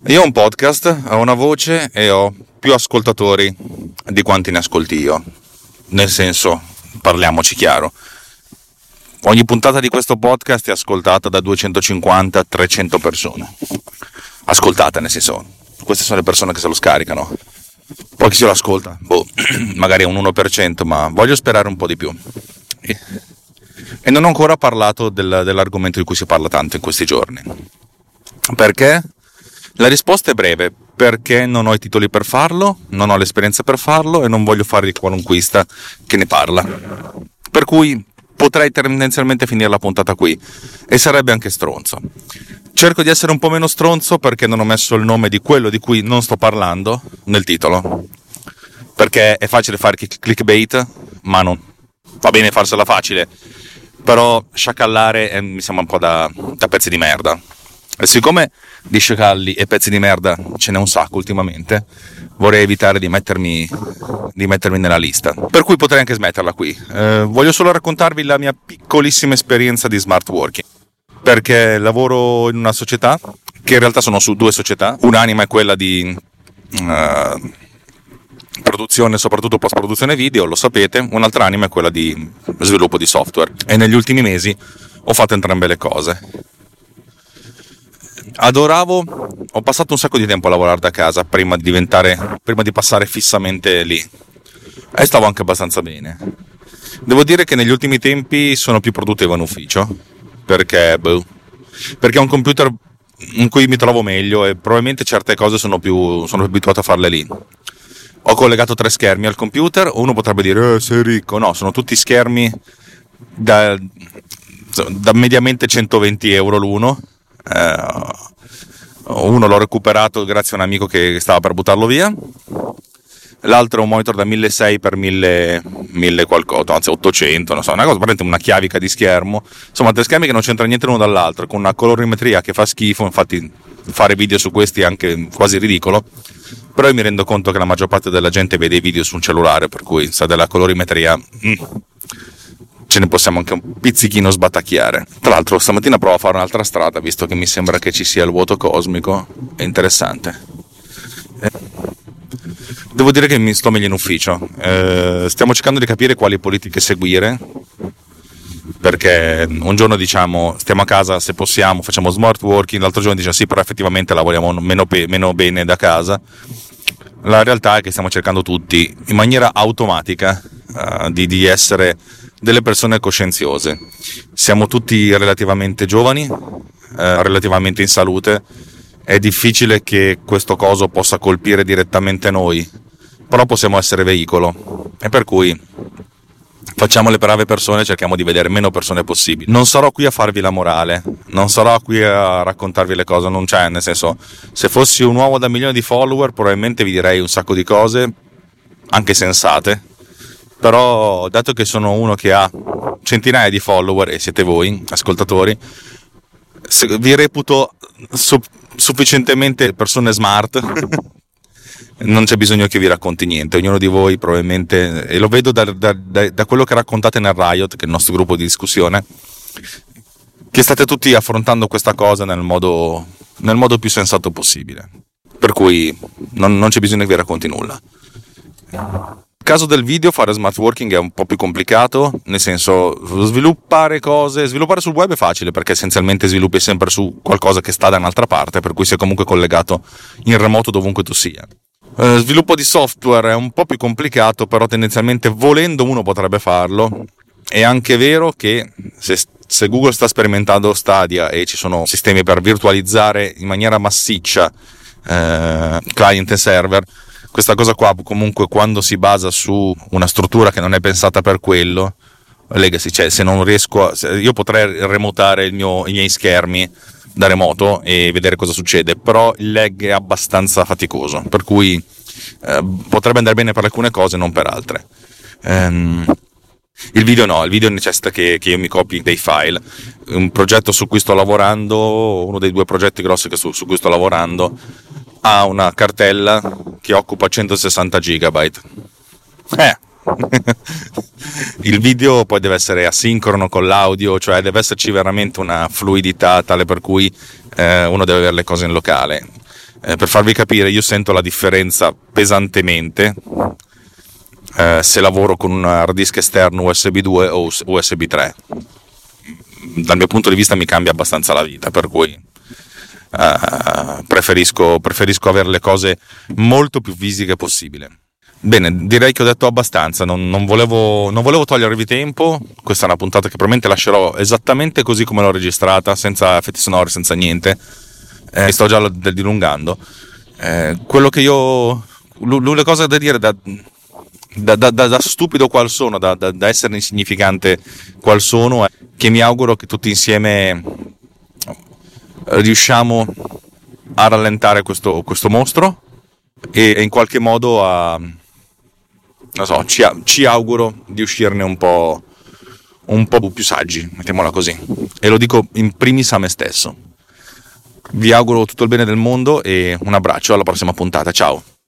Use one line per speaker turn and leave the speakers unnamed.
Io ho un podcast, ho una voce e ho più ascoltatori di quanti ne ascolti io. Nel senso, parliamoci chiaro, ogni puntata di questo podcast è ascoltata da 250-300 persone. Ascoltate, nel senso, queste sono le persone che se lo scaricano. Poi chi se lo ascolta? Magari è un 1%, ma voglio sperare un po' di più. E non ho ancora parlato dell'argomento di cui si parla tanto in questi giorni. Perché? La risposta è breve, perché non ho i titoli per farlo, non ho l'esperienza per farlo e non voglio fare il qualunquista che ne parla. Per cui potrei tendenzialmente finire la puntata qui e sarebbe anche stronzo. Cerco di essere un po' meno stronzo perché non ho messo il nome di quello di cui non sto parlando nel titolo. Perché è facile fare clickbait, ma non va bene farsela facile, però sciacallare mi sembra un po' da pezzi di merda. E siccome di sciacalli e pezzi di merda ce n'è un sacco ultimamente, vorrei evitare di mettermi nella lista. Per cui potrei anche smetterla qui. Voglio solo raccontarvi la mia piccolissima esperienza di smart working. Perché lavoro in una società, che in realtà sono su due società. Un'anima è quella di produzione, soprattutto post-produzione video, lo sapete. Un'altra anima è quella di sviluppo di software. E negli ultimi mesi ho fatto entrambe le cose. Ho passato un sacco di tempo a lavorare da casa prima di passare fissamente lì, e stavo anche abbastanza bene. Devo dire che negli ultimi tempi sono più produttivo in ufficio, perché è un computer in cui mi trovo meglio e probabilmente certe cose sono più abituato a farle lì. Ho collegato 3 schermi al computer. Uno potrebbe dire sei ricco. No, sono tutti schermi da mediamente 120 euro l'uno. Uno l'ho recuperato grazie a un amico che stava per buttarlo via. L'altro è un monitor da 1600 per 1000 qualcosa, anzi 800, non so, una cosa, praticamente una chiavica di schermo. Insomma, 3 schermi che non c'entra niente l'uno dall'altro, con una colorimetria che fa schifo. Infatti fare video su questi è anche quasi ridicolo, però io mi rendo conto che la maggior parte della gente vede i video su un cellulare, per cui sa della colorimetria ce ne possiamo anche un pizzichino sbatacchiare. Tra l'altro stamattina provo a fare un'altra strada, visto che mi sembra che ci sia il vuoto cosmico. È interessante. Devo dire che mi sto meglio in ufficio. Stiamo cercando di capire quali politiche seguire, perché un giorno diciamo stiamo a casa se possiamo, facciamo smart working, l'altro giorno diciamo sì, però effettivamente lavoriamo meno bene da casa. La realtà è che stiamo cercando tutti in maniera automatica di essere delle persone coscienziose. Siamo tutti relativamente giovani, relativamente in salute. È difficile che questo coso possa colpire direttamente noi, però possiamo essere veicolo, e per cui facciamo le brave persone, cerchiamo di vedere meno persone possibili. Non sarò qui a farvi la morale, non sarò qui a raccontarvi le cose, non c'è, nel senso, se fossi un uomo da milioni di follower probabilmente vi direi un sacco di cose anche sensate, però dato che sono uno che ha centinaia di follower e siete voi ascoltatori, vi reputo sufficientemente persone smart. Non c'è bisogno che vi racconti niente. Ognuno di voi probabilmente, e lo vedo da quello che raccontate nel Riot, che è il nostro gruppo di discussione, che state tutti affrontando questa cosa nel modo più sensato possibile, per cui non c'è bisogno che vi racconti nulla. Nel caso del video, fare smart working è un po' più complicato, nel senso, sviluppare sul web è facile perché essenzialmente sviluppi sempre su qualcosa che sta da un'altra parte, per cui sei comunque collegato in remoto dovunque tu sia. Sviluppo di software è un po' più complicato, però tendenzialmente volendo uno potrebbe farlo. È anche vero che se Google sta sperimentando Stadia e ci sono sistemi per virtualizzare in maniera massiccia client e server, questa cosa qua comunque quando si basa su una struttura che non è pensata per quello, legacy, cioè se non riesco io potrei remotare i miei schermi da remoto e vedere cosa succede, però il lag è abbastanza faticoso, per cui potrebbe andare bene per alcune cose, non per altre. Il video necessita che io mi copi dei file. Un progetto su cui sto lavorando, uno dei 2 progetti grossi su cui sto lavorando, ha una cartella che occupa 160 gigabyte. Il video poi deve essere asincrono con l'audio, cioè deve esserci veramente una fluidità tale per cui uno deve avere le cose in locale. Per farvi capire, io sento la differenza pesantemente se lavoro con un hard disk esterno USB 2 o USB 3. Dal mio punto di vista mi cambia abbastanza la vita, per cui preferisco avere le cose molto più fisiche possibile. Bene, direi che ho detto abbastanza, non volevo togliervi tempo. Questa è una puntata che probabilmente lascerò esattamente così come l'ho registrata, senza effetti sonori, senza niente. Sto già dilungando. Quello che le cose da dire da stupido qual sono, da essere insignificante qual sono, è che mi auguro che tutti insieme riusciamo a rallentare questo mostro e in qualche modo ci auguro di uscirne un po' più saggi, mettiamola così, e lo dico in primis a me stesso. Vi auguro tutto il bene del mondo e un abbraccio, alla prossima puntata, ciao.